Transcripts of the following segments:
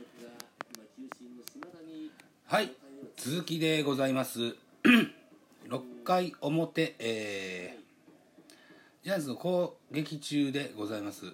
はい、続きでございます6回表、ジャイアンツの攻撃中でございます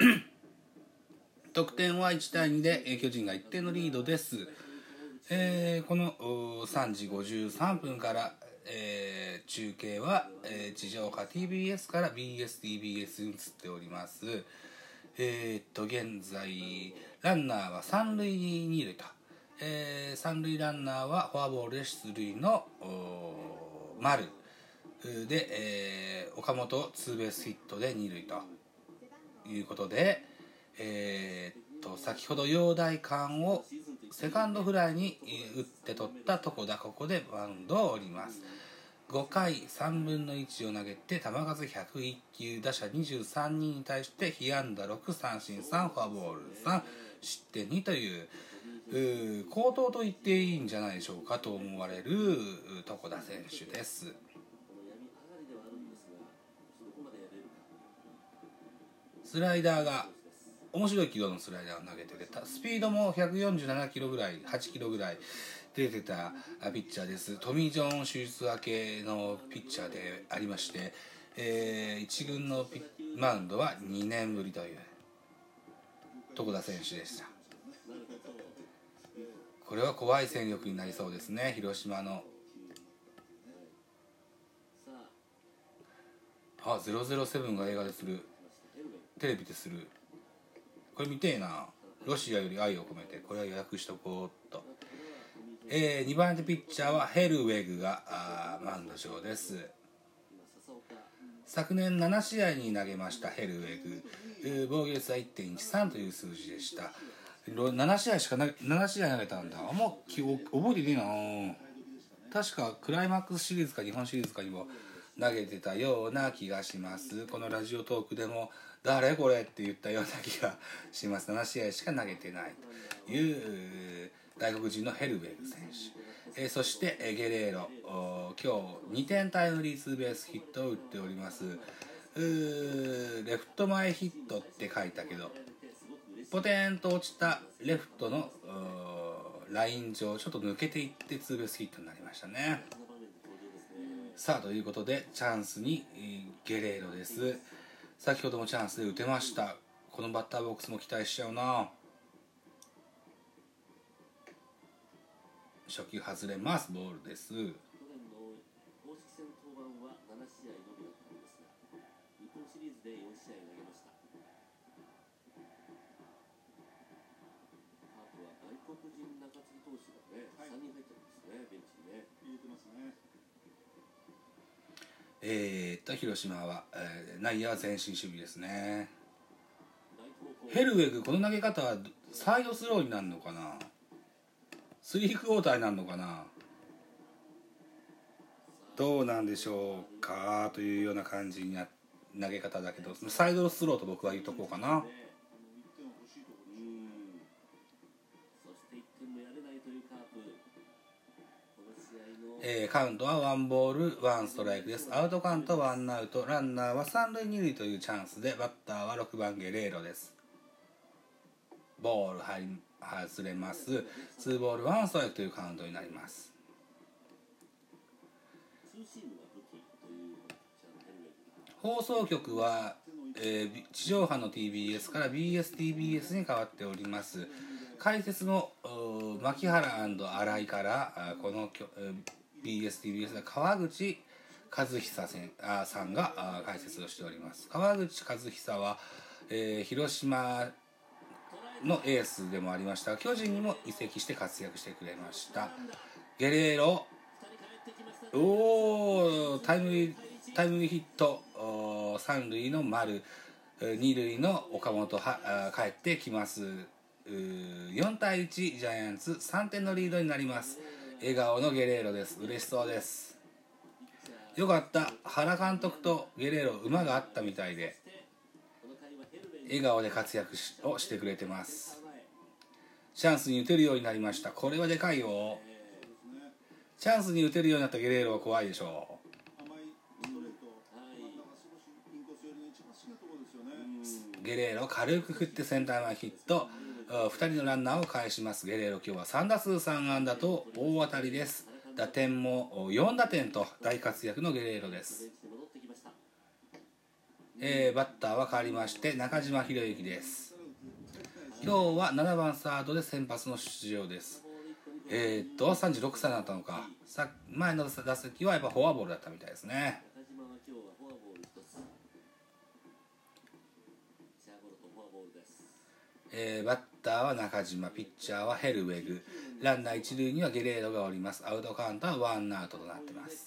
得点は1対2で巨人が1点のリードです。この3時53分から、中継は、地上波 TBS から BSTBS に移っております。現在ランナーは三塁二塁と、三塁ランナーはフォアボールで出塁の丸で、岡本をツーベースヒットで二塁ということで、先ほど陽大館をセカンドフライに打って取った床田、ここでマウンドを降ります。5回3分の1を投げて球数101球、打者23人に対して被安打6、三振3、フォアボール3、失点2という好投と言っていいんじゃないでしょうかと思われる床田選手です。スライダーが面白い軌道のスライダーを投げてた。スピードも147キロぐらい、8キロぐらい出てたピッチャーです。トミー・ジョン手術明けのピッチャーでありまして、1軍のマウンドは2年ぶりという床田選手でした。これは怖い戦力になりそうですね、広島の。007が映画でする、テレビでする。これ見てえな。ロシアより愛を込めて、これは予約しとこうっと。2番手ピッチャーはヘルウェグがマウンド上です。昨年7試合に投げましたヘルウェグ、防御率は 1.13 という数字でした。7試合投げたんだ。あんま覚えてねえな。確かクライマックスシリーズか日本シリーズかにも投げてたような気がします。このラジオトークでも誰これって言ったような気がします。7試合しか投げてないという外国人のヘルベル選手、そしてゲレーロ、今日2点タイムリーツーベースヒットを打っております。レフト前ヒットって書いたけどポテンと落ちたレフトのライン上ちょっと抜けていってツーベースヒットになりましたね。さあということでチャンスにゲレーロです。先ほどもチャンスで打てました。このバッターボックスも期待しちゃうな。初球外れます。ボールです。広島は、内野は前進守備ですね。ヘルウェグ、この投げ方はサイドスローになるのかな、スリークォーターになるのかな、どうなんでしょうかというような感じに投げ方だけど、サイドスローと僕は言うとこうかな。カウントはワンボールワンストライクです。アウトカウントワンアウト、ランナーは三塁二塁というチャンスで、バッターは6番ゲレーロです。ボール外れます。ツーボールワンストライクというカウントになります。放送局は、地上波の TBS から BSTBS に変わっております。解説の牧原&新井からこのBSTBS は川口和久さんが解説をしております。川口和久は、広島のエースでもありましたが、巨人にも移籍して活躍してくれました。ゲレーロ、タイムリーヒット、三塁の丸、二塁の岡本帰ってきます。4対1、ジャイアンツ3点のリードになります。笑顔のゲレーロです。嬉しそうです。よかった。原監督とゲレーロ馬があったみたいで笑顔で活躍をしてくれてます。チャンスに打てるようになりました。これはでかいよ。チャンスに打てるようになったゲレーロは怖いでしょう。ゲレーロ軽く振ってセンター前ヒット、 2人のランナーを返しますゲレーロ。今日は3打数3安打と大当たりです。打点も4打点と大活躍のゲレーロです。バッターは変わりまして中島博之です。今日は7番サードで先発の出場です。36歳だったのか。前の打席はやっぱフォアボールだったみたいですね。バッターは中島、ピッチャーはヘルウェグ、ランナー一塁にはゲレーロがおります。アウトカウントはワンアウトとなっています。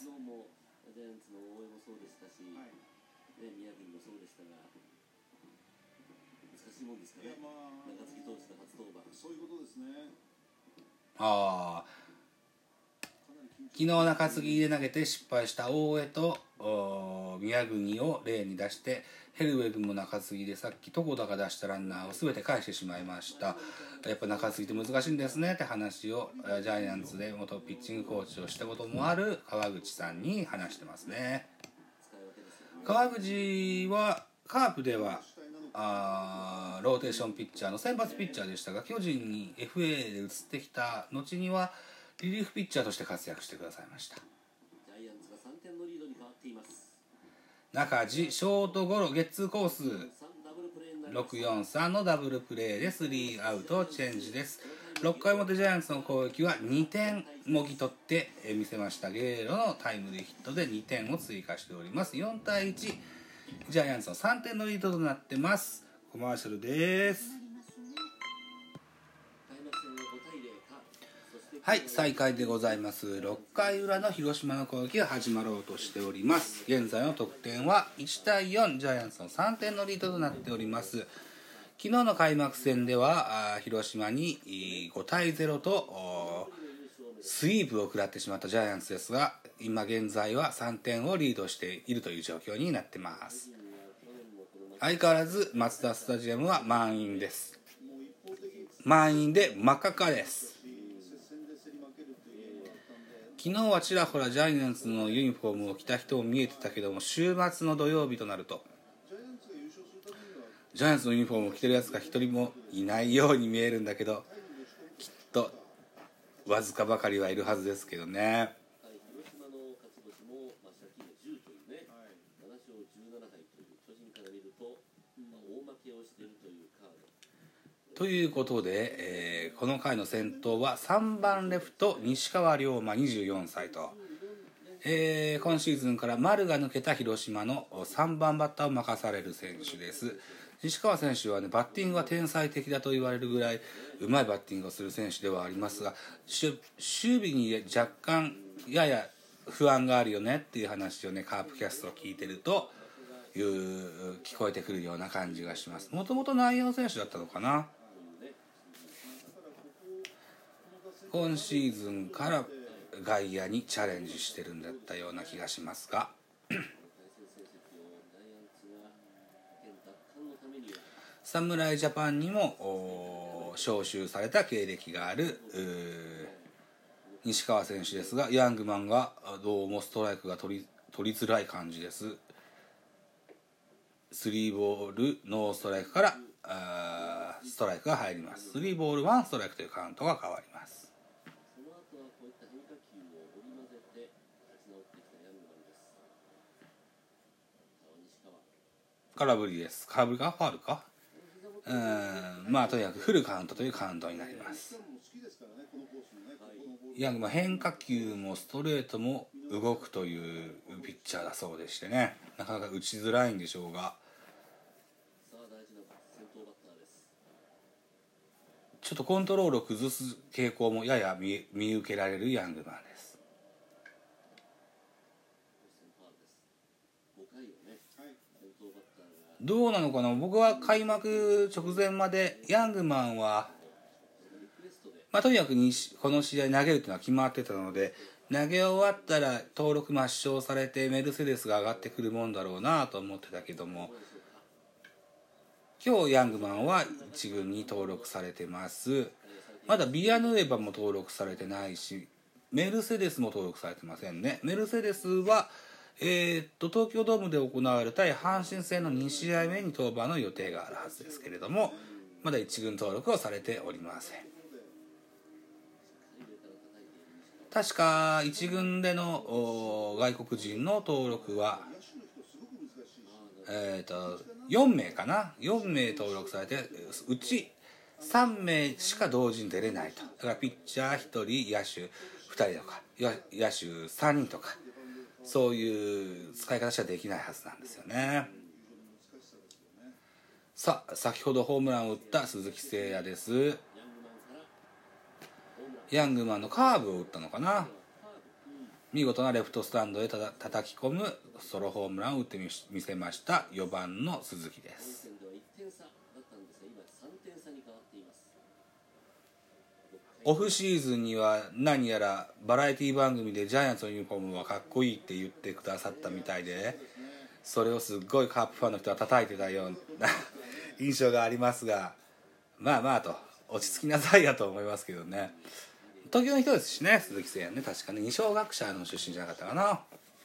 昨日中継ぎで投げて失敗した大江と宮國を例に出してヘルウェグも中継ぎでさっき床田が出したランナーを全て返してしまいました。やっぱ中継ぎって難しいんですねって話をジャイアンツで元ピッチングコーチをしたこともある川口さんに話してますね。川口はカープではローテーションピッチャーの先発ピッチャーでしたが、巨人に FA で移ってきた後にはリリーフピッチャーとして活躍してくださいました。中地ショートゴロゲッツーコース643のダブルプレーで3アウトチェンジです。6回表ジャイアンツの攻撃は2点もぎ取ってみせました。ゲレーロのタイムリーヒットで2点を追加しております。4対1、ジャイアンツの3点のリードとなってます。コマーシャルです。はい、再開でございます。6回裏の広島の攻撃が始まろうとしております。現在の得点は1対4、ジャイアンツの3点のリードとなっております。昨日の開幕戦では広島に5対0とスイープを食らってしまったジャイアンツですが、今現在は3点をリードしているという状況になっています。相変わらずマツダスタジアムは満員です。満員で真っ赤っかです。昨日はちらほらジャイアンツのユニフォームを着た人も見えてたけども、週末の土曜日となるとジャイアンツのユニフォームを着てるやつが一人もいないように見えるんだけど、きっとわずかばかりはいるはずですけどね。ということで、この回の先頭は3番レフト西川龍馬24歳と、今シーズンから丸が抜けた広島の3番バッターを任される選手です。西川選手はね、バッティングは天才的だと言われるぐらいうまいバッティングをする選手ではありますが、守備に若干やや不安があるよねっていう話をね、カープキャストを聞いてると聞こえてくるような感じがします。もともと内野の選手だったのかな。今シーズンから外野にチャレンジしてるんだったような気がしますが侍ジャパンにも招集された経歴がある西川選手ですが、ヤングマンがどうもストライクが取りづらい感じです。3ボールノーストライクからストライクが入ります。3ボール1ストライクというカウントが変わります。空振りです。空振りかファウルか、とにかくフルカウントというカウントになります。ヤングマン変化球もストレートも動くというピッチャーだそうでしてね、なかなか打ちづらいんでしょうが、ちょっとコントロールを崩す傾向もやや見受けられるヤングマンです。どうなのかな。僕は開幕直前までヤングマンは、とにかくこの試合投げるというのは決まってたので、投げ終わったら登録抹消されてメルセデスが上がってくるもんだろうなと思ってたけども、今日ヤングマンは1軍に登録されてます。まだビアヌエバも登録されてないし、メルセデスも登録されてませんね。メルセデスは東京ドームで行われた阪神戦の2試合目に登板の予定があるはずですけれども、 まだ1軍登録をされておりません。確か1軍での外国人の登録は4名かな、4名登録されて、うち3名しか同時に出れないと。だからピッチャー1人、野手2人とか野手3人とか、そういう使い方しかできないはずなんですよね。さあ、先ほどホームランを打った鈴木誠也です。ヤングマンのカーブを打ったのかな。見事なレフトスタンドへ叩き込むソロホームランを打ってみせました4番の鈴木です。オフシーズンには何やらバラエティ番組でジャイアンツのユニフォームはかっこいいって言ってくださったみたいで、それをすっごいカープファンの人は叩いてたような印象がありますが、まあまあと落ち着きなさいやと思いますけどね。東京の人ですしね、鈴木誠也ね。確かね、二松学舎の出身じゃなかったかな。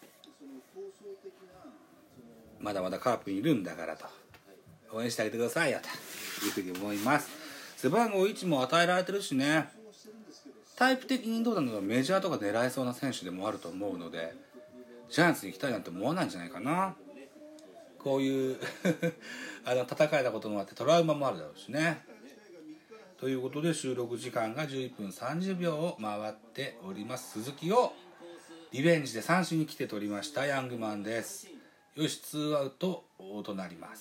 まだまだカープにいるんだからと応援してあげてくださいよというふうに思います。背番号1も与えられてるしね、タイプ的にどうなのかメジャーとか狙えそうな選手でもあると思うので、ジャイアンツに行きたいなんて思わないんじゃないかな。こういう叩かれたこともあってトラウマもあるだろうしね。ということで収録時間が11分30秒を回っております。鈴木をリベンジで三振に来て取りましたヤングマンです。よし、2アウトとなります。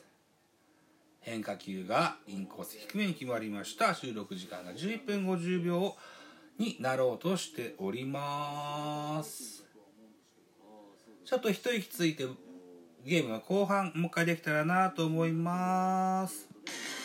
変化球がインコース低めに決まりました。収録時間が11分50秒になろうとしております。ちょっと一息ついてゲームは後半もう一回できたらなと思います。